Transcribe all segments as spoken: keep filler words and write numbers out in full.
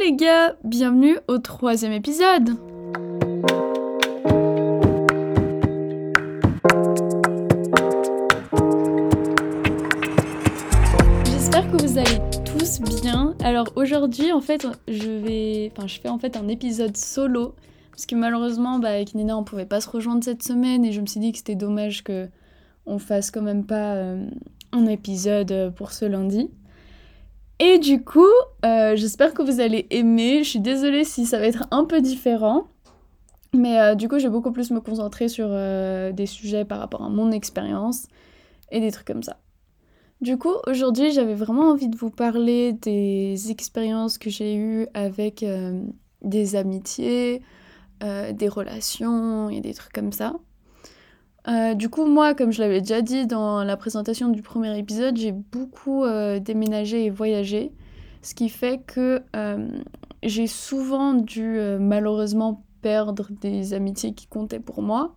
les gars, bienvenue au troisième épisode. J'espère que vous allez tous bien. Alors aujourd'hui en fait je vais, enfin je fais en fait un épisode solo parce que malheureusement bah, avec Nina on pouvait pas se rejoindre cette semaine et je me suis dit que c'était dommage que on fasse quand même pas euh, un épisode pour ce lundi. Et du coup, euh, j'espère que vous allez aimer. Je suis désolée si ça va être un peu différent. Mais euh, du coup, je vais beaucoup plus me concentrer sur euh, des sujets par rapport à mon expérience et des trucs comme ça. Du coup, aujourd'hui, j'avais vraiment envie de vous parler des expériences que j'ai eues avec euh, des amitiés, euh, des relations et des trucs comme ça. Euh, du coup, moi, comme je l'avais déjà dit dans la présentation du premier épisode, j'ai beaucoup euh, déménagé et voyagé, ce qui fait que euh, j'ai souvent dû euh, malheureusement perdre des amitiés qui comptaient pour moi.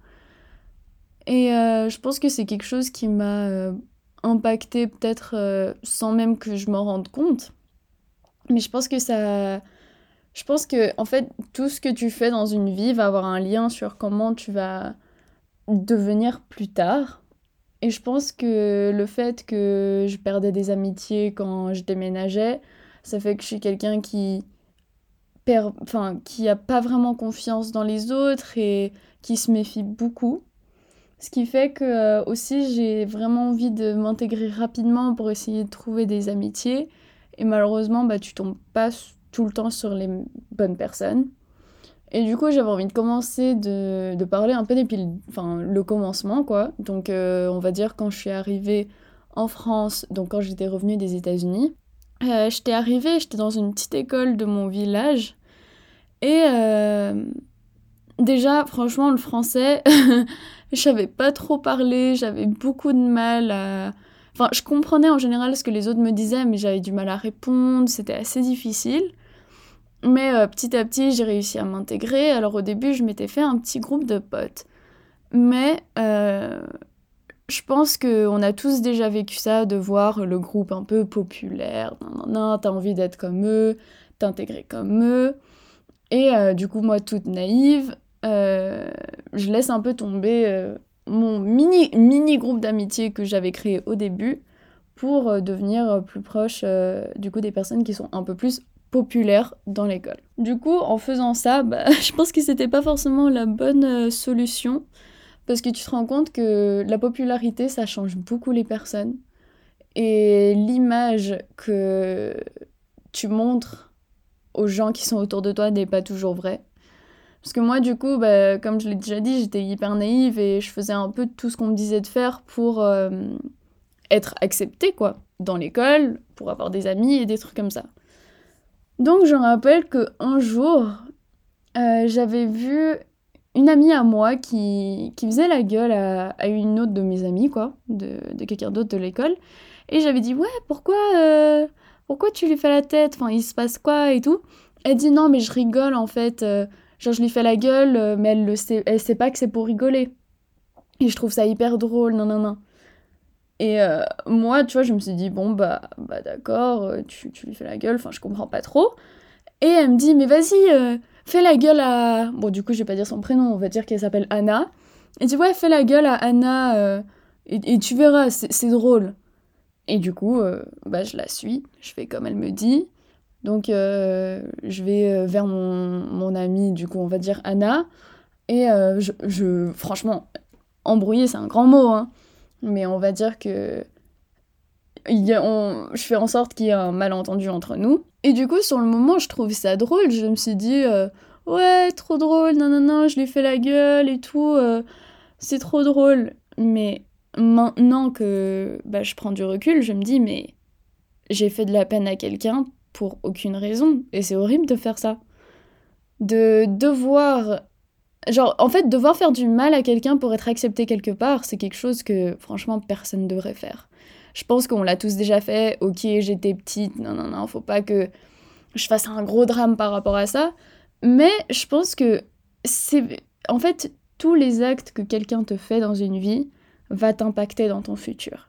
Et euh, je pense que c'est quelque chose qui m'a euh, impactée peut-être euh, sans même que je m'en rende compte. Mais je pense que ça... Je pense que, en fait, tout ce que tu fais dans une vie va avoir un lien sur comment tu vas devenir plus tard. Et je pense que le fait que je perdais des amitiés quand je déménageais, ça fait que je suis quelqu'un qui perd, enfin, qui a pas vraiment confiance dans les autres et qui se méfie beaucoup. Ce qui fait que euh, aussi j'ai vraiment envie de m'intégrer rapidement pour essayer de trouver des amitiés. Et malheureusement, bah, tu tombes pas tout le temps sur les bonnes personnes. Et du coup, j'avais envie de commencer de, de parler un peu depuis le, enfin, le commencement, quoi. Donc, euh, on va dire quand je suis arrivée en France, donc quand j'étais revenue des États-Unis. Euh, j'étais arrivée, j'étais dans une petite école de mon village. Et euh, déjà, franchement, le français, je savais pas trop parler, j'avais beaucoup de mal à... Enfin, je comprenais en général ce que les autres me disaient, mais j'avais du mal à répondre, c'était assez difficile. Mais euh, petit à petit, j'ai réussi à m'intégrer. Alors au début, je m'étais fait un petit groupe de potes. Mais euh, je pense qu'on a tous déjà vécu ça, de voir le groupe un peu populaire. Nan, nan, nan, t'as envie d'être comme eux, t'intégrer comme eux. Et euh, du coup, moi, toute naïve, euh, je laisse un peu tomber euh, mon mini, mini groupe d'amitié que j'avais créé au début pour euh, devenir plus proche euh, du coup des personnes qui sont un peu plus populaires dans l'école. Du coup, en faisant ça, bah, je pense que c'était pas forcément la bonne euh, solution parce que tu te rends compte que la popularité, ça change beaucoup les personnes et l'image que tu montres aux gens qui sont autour de toi n'est pas toujours vraie. Parce que moi, du coup, bah, comme je l'ai déjà dit, j'étais hyper naïve et je faisais un peu tout ce qu'on me disait de faire pour euh, être acceptée, quoi, dans l'école, pour avoir des amis et des trucs comme ça. Donc, je me rappelle qu'un jour, euh, j'avais vu une amie à moi qui, qui faisait la gueule à, à une autre de mes amies, quoi, de, de quelqu'un d'autre de l'école. Et j'avais dit, ouais, pourquoi, euh, pourquoi tu lui fais la tête? Enfin, il se passe quoi et tout? Elle dit, non, mais je rigole, en fait. Euh, genre, je lui fais la gueule, euh, mais elle le sait, elle sait pas que c'est pour rigoler. Et je trouve ça hyper drôle, non, non, non. Et euh, moi, tu vois, je me suis dit, bon, bah, bah d'accord, euh, tu, tu lui fais la gueule, enfin, je comprends pas trop. Et elle me dit, mais vas-y, euh, fais la gueule à... Bon, du coup, je vais pas dire son prénom, on va dire qu'elle s'appelle Anna. Elle dit, ouais, fais la gueule à Anna, euh, et, et tu verras, c'est, c'est drôle. Et du coup, euh, bah, je la suis, je fais comme elle me dit. Donc, euh, je vais euh, vers mon, mon amie, du coup, on va dire Anna. Et euh, je, je... Franchement, embrouiller, c'est un grand mot, hein. Mais on va dire que il y a, on, je fais en sorte qu'il y ait un malentendu entre nous. Et du coup, sur le moment, je trouve ça drôle. Je me suis dit, euh, ouais, trop drôle, non, non, non, je lui fais la gueule et tout. Euh, c'est trop drôle. Mais maintenant que bah, je prends du recul, je me dis, mais j'ai fait de la peine à quelqu'un pour aucune raison. Et c'est horrible de faire ça. De devoir... Genre, en fait, devoir faire du mal à quelqu'un pour être accepté quelque part, c'est quelque chose que, franchement, personne ne devrait faire. Je pense qu'on l'a tous déjà fait. Ok, j'étais petite, non, non, non, faut pas que je fasse un gros drame par rapport à ça. Mais je pense que c'est... En fait, tous les actes que quelqu'un te fait dans une vie va t'impacter dans ton futur.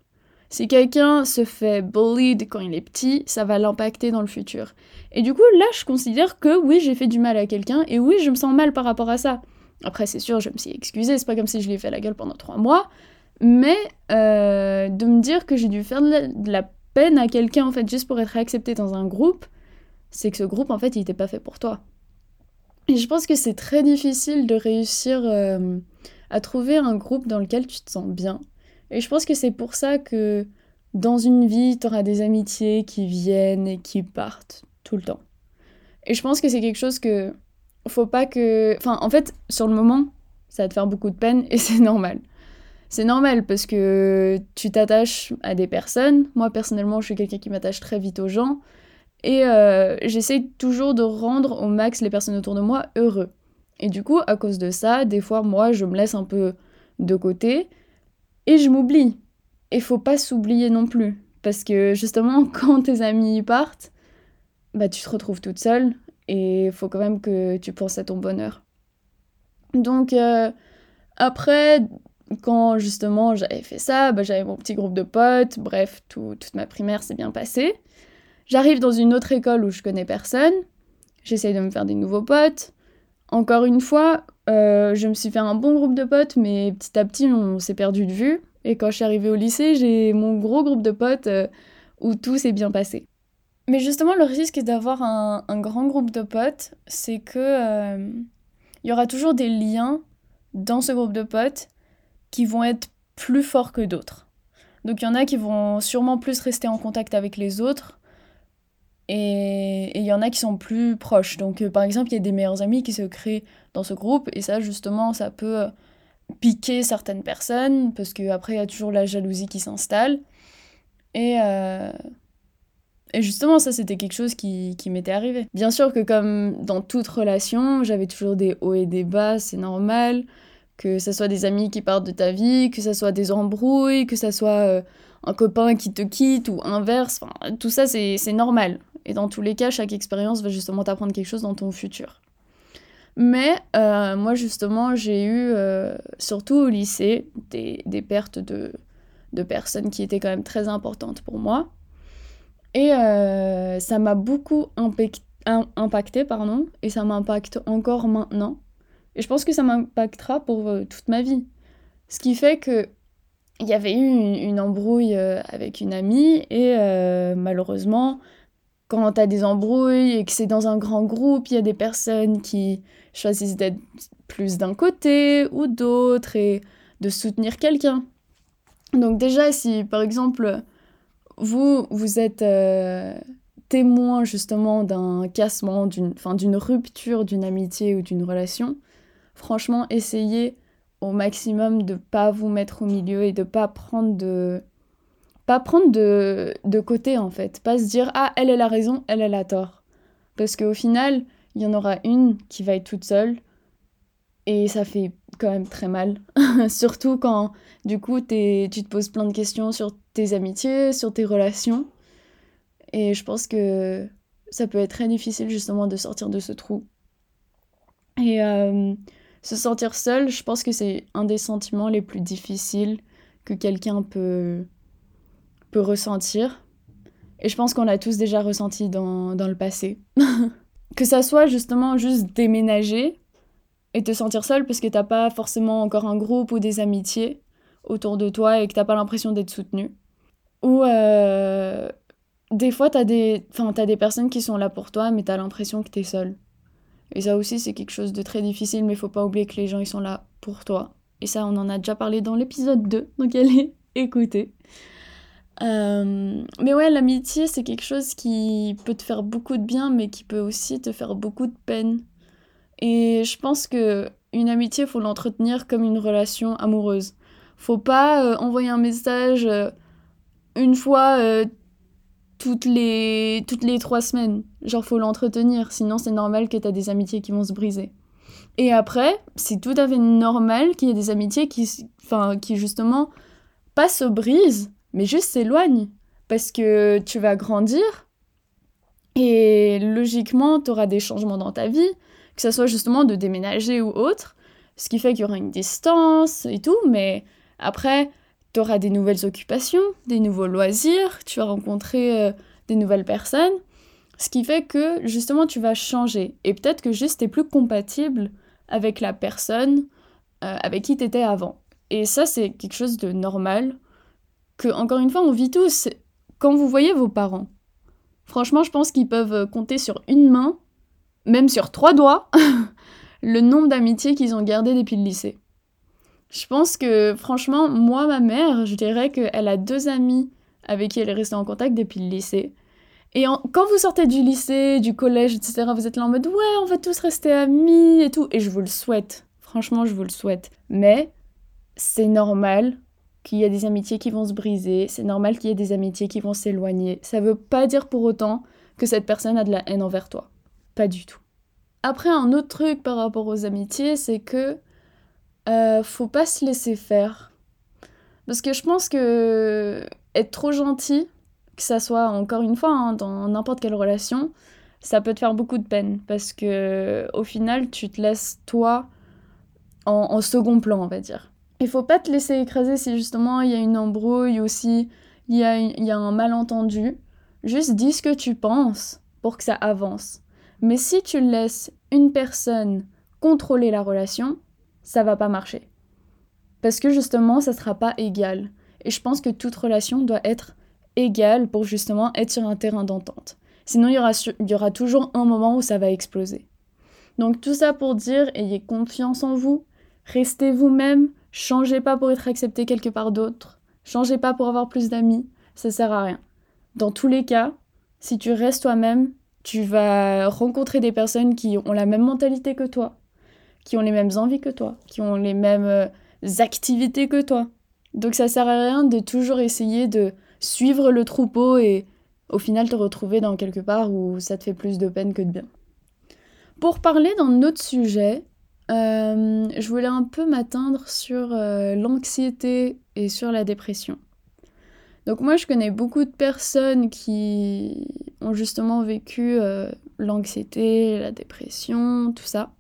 Si quelqu'un se fait bullied quand il est petit, ça va l'impacter dans le futur. Et du coup, là, je considère que oui, j'ai fait du mal à quelqu'un, et oui, je me sens mal par rapport à ça. Après, c'est sûr, je me suis excusée, c'est pas comme si je lui ai fait la gueule pendant trois mois, mais euh, de me dire que j'ai dû faire de la, de la peine à quelqu'un, en fait, juste pour être acceptée dans un groupe, c'est que ce groupe, en fait, il était pas fait pour toi. Et je pense que c'est très difficile de réussir euh, à trouver un groupe dans lequel tu te sens bien. Et je pense que c'est pour ça que dans une vie, t'auras des amitiés qui viennent et qui partent tout le temps. Et je pense que c'est quelque chose que faut pas que... Enfin, en fait, sur le moment, ça va te faire beaucoup de peine et c'est normal. C'est normal parce que tu t'attaches à des personnes. Moi, personnellement, je suis quelqu'un qui m'attache très vite aux gens. Et euh, j'essaie toujours de rendre au max les personnes autour de moi heureux. Et du coup, à cause de ça, des fois, moi, je me laisse un peu de côté et je m'oublie. Et faut pas s'oublier non plus. Parce que justement, quand tes amis partent, bah tu te retrouves toute seule et il faut quand même que tu penses à ton bonheur. Donc euh, après, quand justement j'avais fait ça, bah, j'avais mon petit groupe de potes, bref, tout, toute ma primaire s'est bien passée. J'arrive dans une autre école où je connais personne, j'essaye de me faire des nouveaux potes. Encore une fois, euh, je me suis fait un bon groupe de potes, mais petit à petit on s'est perdu de vue. Et quand je suis arrivée au lycée, j'ai mon gros groupe de potes euh, où tout s'est bien passé. Mais justement, le risque d'avoir un, un grand groupe de potes, c'est que euh, y aura toujours des liens dans ce groupe de potes qui vont être plus forts que d'autres. Donc il y en a qui vont sûrement plus rester en contact avec les autres, et il y en a qui sont plus proches. Donc euh, par exemple, il y a des meilleurs amis qui se créent dans ce groupe, et ça justement, ça peut piquer certaines personnes, parce qu'après il y a toujours la jalousie qui s'installe. Et... Euh, Et justement, ça, c'était quelque chose qui, qui m'était arrivé. Bien sûr que comme dans toute relation, j'avais toujours des hauts et des bas, c'est normal. Que ça soit des amis qui partent de ta vie, que ça soit des embrouilles, que ça soit euh, un copain qui te quitte ou inverse. Enfin, tout ça, c'est, c'est normal. Et dans tous les cas, chaque expérience va justement t'apprendre quelque chose dans ton futur. Mais euh, moi, justement, j'ai eu, euh, surtout au lycée, des, des pertes de, de personnes qui étaient quand même très importantes pour moi. Et euh, ça m'a beaucoup impec- im- impacté, pardon, et ça m'impacte encore maintenant. Et je pense que ça m'impactera pour euh, toute ma vie. Ce qui fait que il y avait eu une, une embrouille euh, avec une amie, et euh, malheureusement, quand t'as des embrouilles et que c'est dans un grand groupe, il y a des personnes qui choisissent d'être plus d'un côté ou d'autre et de soutenir quelqu'un. Donc déjà, si par exemple vous, vous êtes euh, témoin justement d'un cassement, d'une, enfin, d'une rupture d'une amitié ou d'une relation, franchement, essayez au maximum de pas vous mettre au milieu et de pas prendre de, pas prendre de, de côté en fait. Pas se dire ah, elle, elle a raison, elle, elle a tort. Parce qu'au final, il y en aura une qui va être toute seule et ça fait quand même très mal. Surtout quand, du coup, t'es, tu te poses plein de questions sur tes amitiés, sur tes relations. Et je pense que ça peut être très difficile, justement, de sortir de ce trou. Et euh, se sentir seul, je pense que c'est un des sentiments les plus difficiles que quelqu'un peut, peut ressentir. Et je pense qu'on l'a tous déjà ressenti dans, dans le passé. Que ça soit, justement, juste déménager et te sentir seul parce que t'as pas forcément encore un groupe ou des amitiés autour de toi et que t'as pas l'impression d'être soutenu. Ou euh, des fois t'as des, enfin, t'as des personnes qui sont là pour toi mais t'as l'impression que t'es seul. Et ça aussi c'est quelque chose de très difficile, mais faut pas oublier que les gens ils sont là pour toi. Et ça on en a déjà parlé dans l'épisode deux, donc allez écouter. Euh, mais ouais, l'amitié c'est quelque chose qui peut te faire beaucoup de bien mais qui peut aussi te faire beaucoup de peine. Et je pense que une amitié, faut l'entretenir comme une relation amoureuse. Faut pas euh, envoyer un message euh, une fois euh, toutes les toutes les trois semaines. Genre faut l'entretenir, sinon c'est normal que t'as des amitiés qui vont se briser. Et après, c'est tout à fait normal qu'il y ait des amitiés qui, enfin, qui justement pas se brisent, mais juste s'éloignent parce que tu vas grandir et logiquement t'auras des changements dans ta vie. Que ça soit justement de déménager ou autre, ce qui fait qu'il y aura une distance et tout, mais après, tu auras des nouvelles occupations, des nouveaux loisirs, tu vas rencontrer euh, des nouvelles personnes, ce qui fait que justement tu vas changer. Et peut-être que juste t'es plus compatible avec la personne euh, avec qui t'étais avant. Et ça, c'est quelque chose de normal, que, encore une fois, on vit tous. Quand vous voyez vos parents, franchement, je pense qu'ils peuvent compter sur une main, même sur trois doigts, le nombre d'amitiés qu'ils ont gardées depuis le lycée. Je pense que, franchement, moi, ma mère, je dirais qu'elle a deux amis avec qui elle est restée en contact depuis le lycée. Et en, quand vous sortez du lycée, du collège, et cetera, vous êtes là en mode « Ouais, on va tous rester amis et tout ». Et je vous le souhaite. Franchement, je vous le souhaite. Mais c'est normal qu'il y ait des amitiés qui vont se briser. C'est normal qu'il y ait des amitiés qui vont s'éloigner. Ça veut pas dire pour autant que cette personne a de la haine envers toi. Pas du tout. Après, un autre truc par rapport aux amitiés, c'est que euh, faut pas se laisser faire. Parce que je pense que être trop gentil, que ça soit, encore une fois, hein, dans n'importe quelle relation, ça peut te faire beaucoup de peine. Parce que au final, tu te laisses, toi, en, en second plan, on va dire. Il faut pas te laisser écraser si justement il y a une embrouille ou si il y, y a un malentendu. Juste dis ce que tu penses pour que ça avance. Mais si tu laisses une personne contrôler la relation, ça va pas marcher. Parce que justement, ça sera pas égal. Et je pense que toute relation doit être égale pour justement être sur un terrain d'entente. Sinon, il y aura, il y aura toujours un moment où ça va exploser. Donc tout ça pour dire, ayez confiance en vous, restez vous-même, changez pas pour être accepté quelque part d'autre, changez pas pour avoir plus d'amis, ça sert à rien. Dans tous les cas, si tu restes toi-même, tu vas rencontrer des personnes qui ont la même mentalité que toi, qui ont les mêmes envies que toi, qui ont les mêmes euh, activités que toi. Donc ça sert à rien de toujours essayer de suivre le troupeau et au final te retrouver dans quelque part où ça te fait plus de peine que de bien. Pour parler d'un autre sujet, euh, je voulais un peu m'atteindre sur euh, l'anxiété et sur la dépression. Donc moi, je connais beaucoup de personnes qui ont justement vécu euh, l'anxiété, la dépression, tout ça.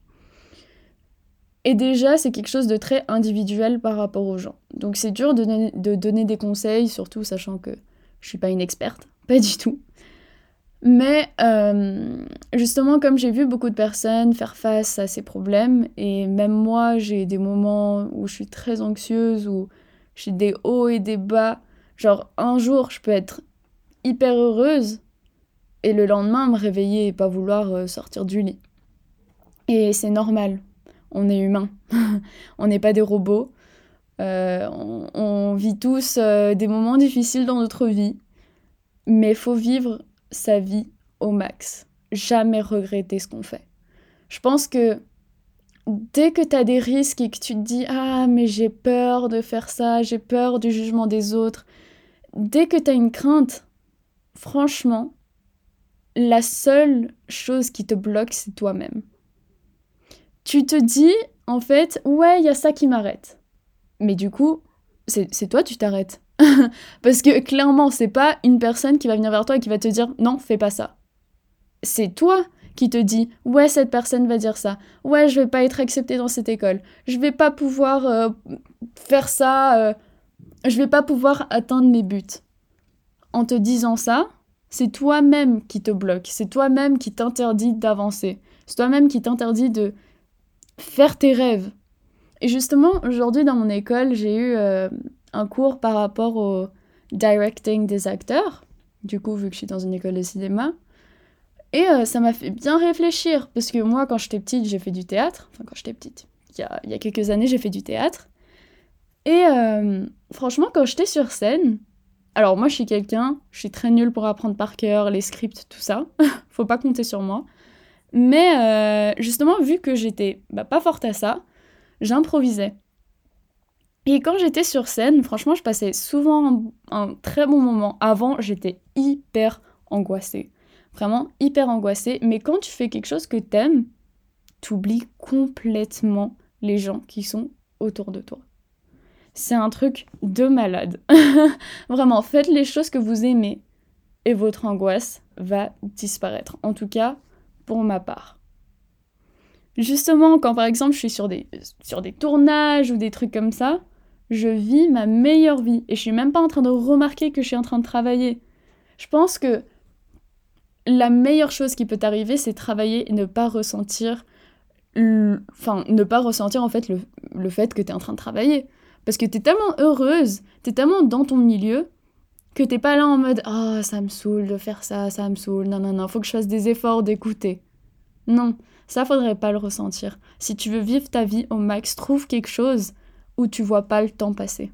Et déjà, c'est quelque chose de très individuel par rapport aux gens. Donc c'est dur de donner, de donner des conseils, surtout sachant que je suis pas une experte, pas du tout. Mais euh, justement, comme j'ai vu beaucoup de personnes faire face à ces problèmes, et même moi, j'ai des moments où je suis très anxieuse, où j'ai des hauts et des bas. Genre, un jour, je peux être hyper heureuse, et le lendemain, me réveiller et pas vouloir sortir du lit. Et c'est normal, on est humain, on n'est pas des robots. Euh, on, on vit tous euh, des moments difficiles dans notre vie, mais il faut vivre sa vie au max. Jamais regretter ce qu'on fait. Je pense que dès que tu as des risques et que tu te dis « Ah, mais j'ai peur de faire ça, j'ai peur du jugement des autres », dès que tu as une crainte, franchement, la seule chose qui te bloque, c'est toi-même. Tu te dis, en fait, « Ouais, il y a ça qui m'arrête ». Mais du coup, c'est, c'est toi, tu t'arrêtes. Parce que clairement, c'est pas une personne qui va venir vers toi et qui va te dire « Non, fais pas ça ». C'est toi qui te dis « Ouais, cette personne va dire ça. Ouais, je vais pas être acceptée dans cette école. Je vais pas pouvoir euh, faire ça. Euh, je vais pas pouvoir atteindre mes buts. » En te disant ça, c'est toi-même qui te bloque. C'est toi-même qui t'interdit d'avancer. C'est toi-même qui t'interdit de faire tes rêves. Et justement, aujourd'hui, dans mon école, j'ai eu euh, un cours par rapport au directing des acteurs. Du coup, vu que je suis dans une école de cinéma. Et euh, ça m'a fait bien réfléchir. Parce que moi, quand j'étais petite, j'ai fait du théâtre. Enfin, quand j'étais petite, il y a, il y a quelques années, j'ai fait du théâtre. Et euh, franchement, quand j'étais sur scène... Alors moi, je suis quelqu'un, je suis très nulle pour apprendre par cœur, les scripts, tout ça. Faut pas compter sur moi. Mais euh, justement, vu que j'étais bah, pas forte à ça, j'improvisais. Et quand j'étais sur scène, franchement, je passais souvent un, un très bon moment. Avant, j'étais hyper angoissée. Vraiment hyper angoissée. Mais quand tu fais quelque chose que t'aimes, t'oublies complètement les gens qui sont autour de toi. C'est un truc de malade. Vraiment, faites les choses que vous aimez et votre angoisse va disparaître. En tout cas, pour ma part. Justement, quand par exemple je suis sur des, sur des tournages ou des trucs comme ça, je vis ma meilleure vie et je suis même pas en train de remarquer que je suis en train de travailler. Je pense que la meilleure chose qui peut t'arriver, c'est travailler et ne pas ressentir, le... enfin, ne pas ressentir en fait le, le fait que t'es en train de travailler. Parce que t'es tellement heureuse, t'es tellement dans ton milieu, que t'es pas là en mode « Ah, oh, ça me saoule de faire ça, ça me saoule, non, non, non, faut que je fasse des efforts d'écouter. » Non, ça faudrait pas le ressentir. Si tu veux vivre ta vie au max, trouve quelque chose où tu vois pas le temps passer.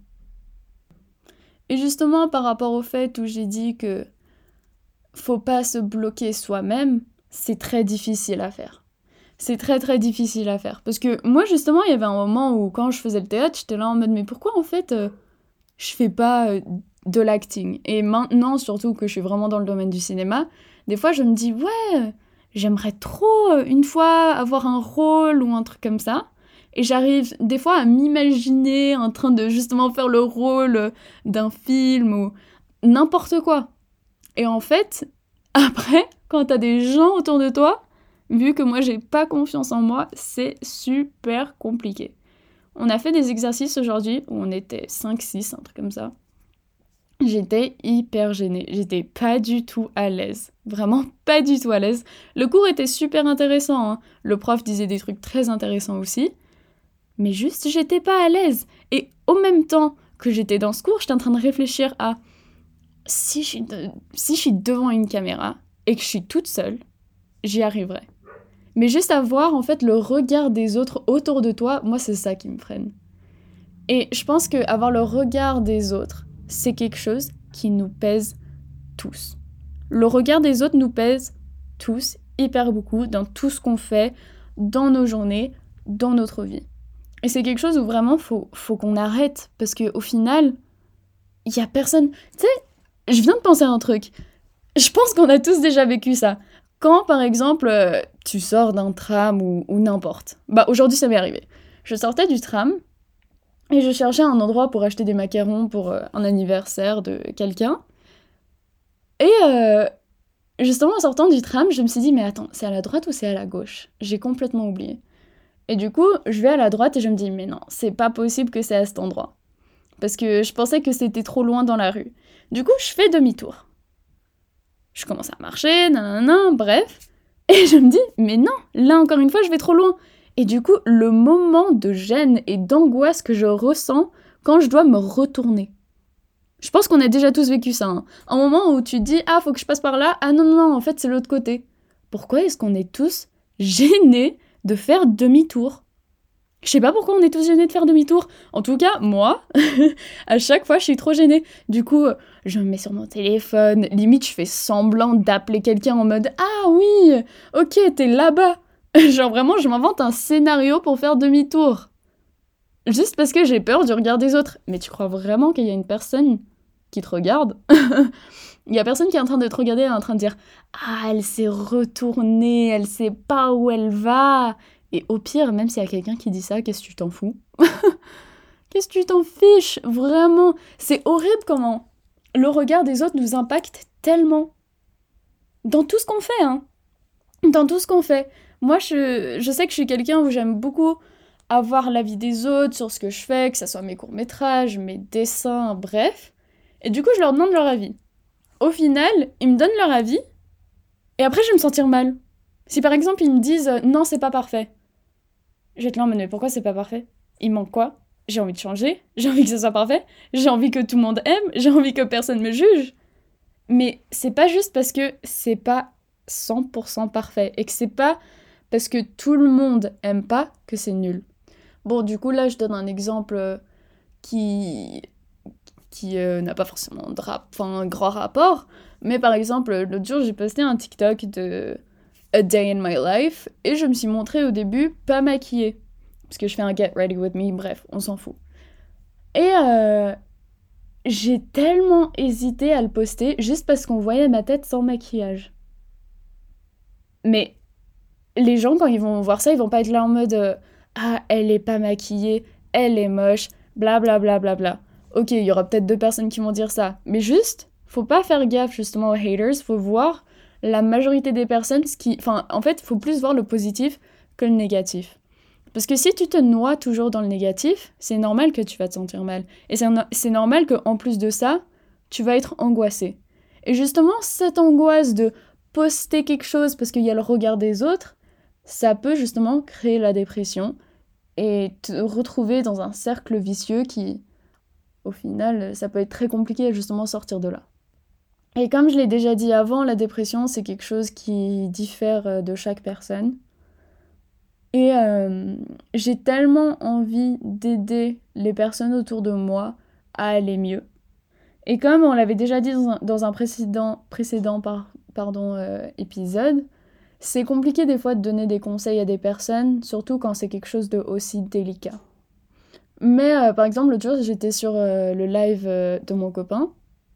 Et justement, par rapport au fait où j'ai dit que faut pas se bloquer soi-même, c'est très difficile à faire. C'est très très difficile à faire. Parce que moi, justement, il y avait un moment où quand je faisais le théâtre, j'étais là en mode « Mais pourquoi en fait, euh, je fais pas euh, de l'acting ?» Et maintenant, surtout que je suis vraiment dans le domaine du cinéma, des fois je me dis « Ouais, j'aimerais trop euh, une fois avoir un rôle ou un truc comme ça. » Et j'arrive des fois à m'imaginer en train de justement faire le rôle d'un film ou n'importe quoi. Et en fait, après, quand t'as des gens autour de toi, vu que moi j'ai pas confiance en moi, c'est super compliqué. On a fait des exercices aujourd'hui où on était cinq six, un truc comme ça. J'étais hyper gênée, j'étais pas du tout à l'aise, vraiment pas du tout à l'aise. Le cours était super intéressant, hein. Le prof disait des trucs très intéressants aussi, mais juste j'étais pas à l'aise. Et au même temps que j'étais dans ce cours, j'étais en train de réfléchir à si je suis, de... si je suis devant une caméra et que je suis toute seule, j'y arriverai. Mais juste avoir en fait le regard des autres autour de toi, moi c'est ça qui me freine. Et je pense qu'avoir le regard des autres, c'est quelque chose qui nous pèse tous. Le regard des autres nous pèse tous, hyper beaucoup, dans tout ce qu'on fait, dans nos journées, dans notre vie. Et c'est quelque chose où vraiment faut, faut qu'on arrête, parce qu'au final, il y a personne... Tu sais, je viens de penser à un truc. Je pense qu'on a tous déjà vécu ça. Quand, par exemple, euh, tu sors d'un tram ou, ou n'importe. Bah, aujourd'hui, ça m'est arrivé. Je sortais du tram et je cherchais un endroit pour acheter des macarons pour euh, un anniversaire de quelqu'un. Et euh, justement, en sortant du tram, je me suis dit, mais attends, c'est à la droite ou c'est à la gauche ? J'ai complètement oublié. Et du coup, je vais à la droite et je me dis, mais non, c'est pas possible que c'est à cet endroit. Parce que je pensais que c'était trop loin dans la rue. Du coup, je fais demi-tour. Je commence à marcher, nanana, bref. Et je me dis, mais non, là encore une fois, je vais trop loin. Et du coup, le moment de gêne et d'angoisse que je ressens quand je dois me retourner. Je pense qu'on a déjà tous vécu ça. Hein. Un moment où tu te dis, ah, faut que je passe par là. Ah non, non, non, en fait, c'est l'autre côté. Pourquoi est-ce qu'on est tous gênés de faire demi-tour ? Je sais pas pourquoi on est tous gênés de faire demi-tour. En tout cas, moi, à chaque fois, je suis trop gênée. Du coup, je me mets sur mon téléphone. Limite, je fais semblant d'appeler quelqu'un en mode « Ah oui, ok, t'es là-bas !» Genre vraiment, je m'invente un scénario pour faire demi-tour. Juste parce que j'ai peur du regard des autres. Mais tu crois vraiment qu'il y a une personne qui te regarde ? Il y a personne qui est en train de te regarder et en train de dire « Ah, elle s'est retournée, elle sait pas où elle va !» Et au pire, même s'il y a quelqu'un qui dit ça, qu'est-ce que tu t'en fous ? Qu'est-ce que tu t'en fiches ? Vraiment, c'est horrible comment le regard des autres nous impacte tellement. Dans tout ce qu'on fait, hein. Dans tout ce qu'on fait. Moi, je, je sais que je suis quelqu'un où j'aime beaucoup avoir l'avis des autres sur ce que je fais, que ce soit mes courts-métrages, mes dessins, bref. Et du coup, je leur demande leur avis. Au final, ils me donnent leur avis, et après, je vais me sentir mal. Si par exemple, ils me disent « Non, c'est pas parfait », je vais être là en mode « Mais pourquoi c'est pas parfait ? Il manque quoi ? J'ai envie de changer, j'ai envie que ce soit parfait, j'ai envie que tout le monde aime, j'ai envie que personne me juge. » Mais c'est pas juste parce que c'est pas cent pour cent parfait, et que c'est pas parce que tout le monde aime pas que c'est nul. Bon, du coup, là, je donne un exemple qui, qui euh, n'a pas forcément de rap... enfin, un grand rapport, mais par exemple, l'autre jour, j'ai posté un TikTok de A Day in My Life, et je me suis montrée au début pas maquillée, parce que je fais un Get Ready With Me, bref, on s'en fout. Et euh, j'ai tellement hésité à le poster, juste parce qu'on voyait ma tête sans maquillage. Mais les gens, quand ils vont voir ça, ils vont pas être là en mode euh, « Ah, elle est pas maquillée, elle est moche, blablabla. Bla, bla, bla. » Ok, il y aura peut-être deux personnes qui vont dire ça, mais juste, faut pas faire gaffe justement aux haters, faut voir la majorité des personnes, ce qui... Enfin, en fait, faut plus voir le positif que le négatif. Parce que si tu te noies toujours dans le négatif, c'est normal que tu vas te sentir mal. Et c'est, no- c'est normal qu'en plus de ça, tu vas être angoissé. Et justement, cette angoisse de poster quelque chose parce qu'il y a le regard des autres, ça peut justement créer la dépression et te retrouver dans un cercle vicieux qui, au final, ça peut être très compliqué à justement sortir de là. Et comme je l'ai déjà dit avant, la dépression, c'est quelque chose qui diffère de chaque personne. Et euh, j'ai tellement envie d'aider les personnes autour de moi à aller mieux. Et comme on l'avait déjà dit dans un, dans un précédent, précédent par, pardon, euh, épisode, c'est compliqué des fois de donner des conseils à des personnes, surtout quand c'est quelque chose de aussi délicat. Mais euh, par exemple, l'autre jour, j'étais sur euh, le live euh, de mon copain,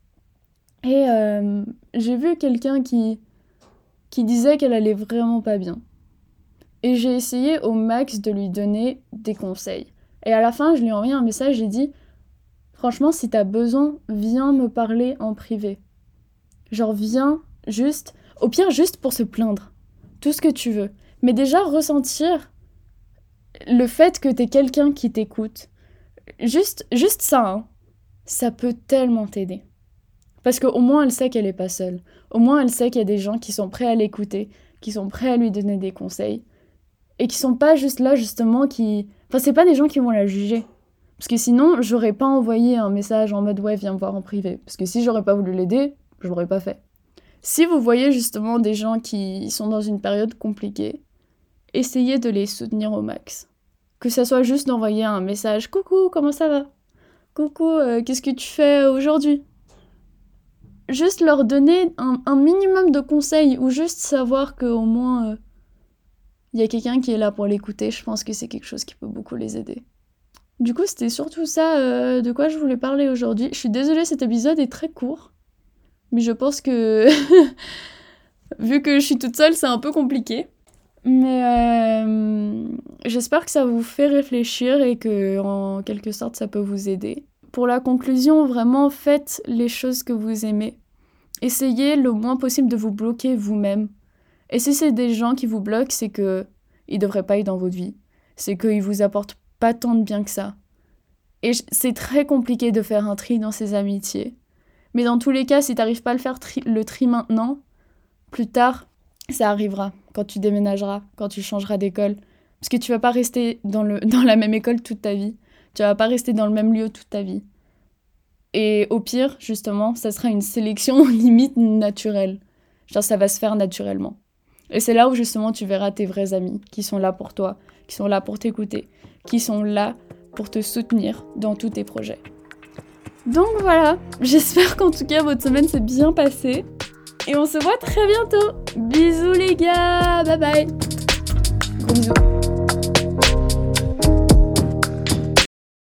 et euh, j'ai vu quelqu'un qui, qui disait qu'elle allait vraiment pas bien. Et j'ai essayé au max de lui donner des conseils. Et à la fin, je lui ai envoyé un message, j'ai dit « Franchement, si t'as besoin, viens me parler en privé. Genre, viens juste, au pire, juste pour se plaindre. Tout ce que tu veux. Mais déjà, ressentir le fait que t'aies quelqu'un qui t'écoute. Juste, juste ça, hein, ça peut tellement t'aider. Parce qu'au moins, elle sait qu'elle est pas seule. Au moins, elle sait qu'il y a des gens qui sont prêts à l'écouter, qui sont prêts à lui donner des conseils. Et qui sont pas juste là, justement, qui... Enfin, c'est pas des gens qui vont la juger. Parce que sinon, j'aurais pas envoyé un message en mode « Ouais, viens me voir en privé ». Parce que si j'aurais pas voulu l'aider, je l'aurais pas fait. Si vous voyez justement des gens qui sont dans une période compliquée, essayez de les soutenir au max. Que ça soit juste d'envoyer un message « Coucou, comment ça va ? Coucou, euh, qu'est-ce que tu fais aujourd'hui ?» Juste leur donner un, un minimum de conseils ou juste savoir qu'au moins... Euh, il y a quelqu'un qui est là pour l'écouter, je pense que c'est quelque chose qui peut beaucoup les aider. Du coup, c'était surtout ça euh, de quoi je voulais parler aujourd'hui. Je suis désolée, cet épisode est très court, mais je pense que, vu que je suis toute seule, c'est un peu compliqué. Mais euh, j'espère que ça vous fait réfléchir et que, en quelque sorte, ça peut vous aider. Pour la conclusion, vraiment, faites les choses que vous aimez. Essayez le moins possible de vous bloquer vous-même. Et si c'est des gens qui vous bloquent, c'est qu'ils ne devraient pas être dans votre vie. C'est qu'ils vous apportent pas tant de bien que ça. Et c'est très compliqué de faire un tri dans ces amitiés. Mais dans tous les cas, si tu n'arrives pas à le faire tri- le tri maintenant, plus tard, ça arrivera. Quand tu déménageras, quand tu changeras d'école. Parce que tu vas pas rester dans, le, dans la même école toute ta vie. Tu vas pas rester dans le même lieu toute ta vie. Et au pire, justement, ça sera une sélection limite naturelle. Genre, ça va se faire naturellement. Et c'est là où justement tu verras tes vrais amis qui sont là pour toi, qui sont là pour t'écouter, qui sont là pour te soutenir dans tous tes projets. Donc voilà, j'espère qu'en tout cas votre semaine s'est bien passée. Et on se voit très bientôt. Bisous les gars, bye bye. Gros bisous.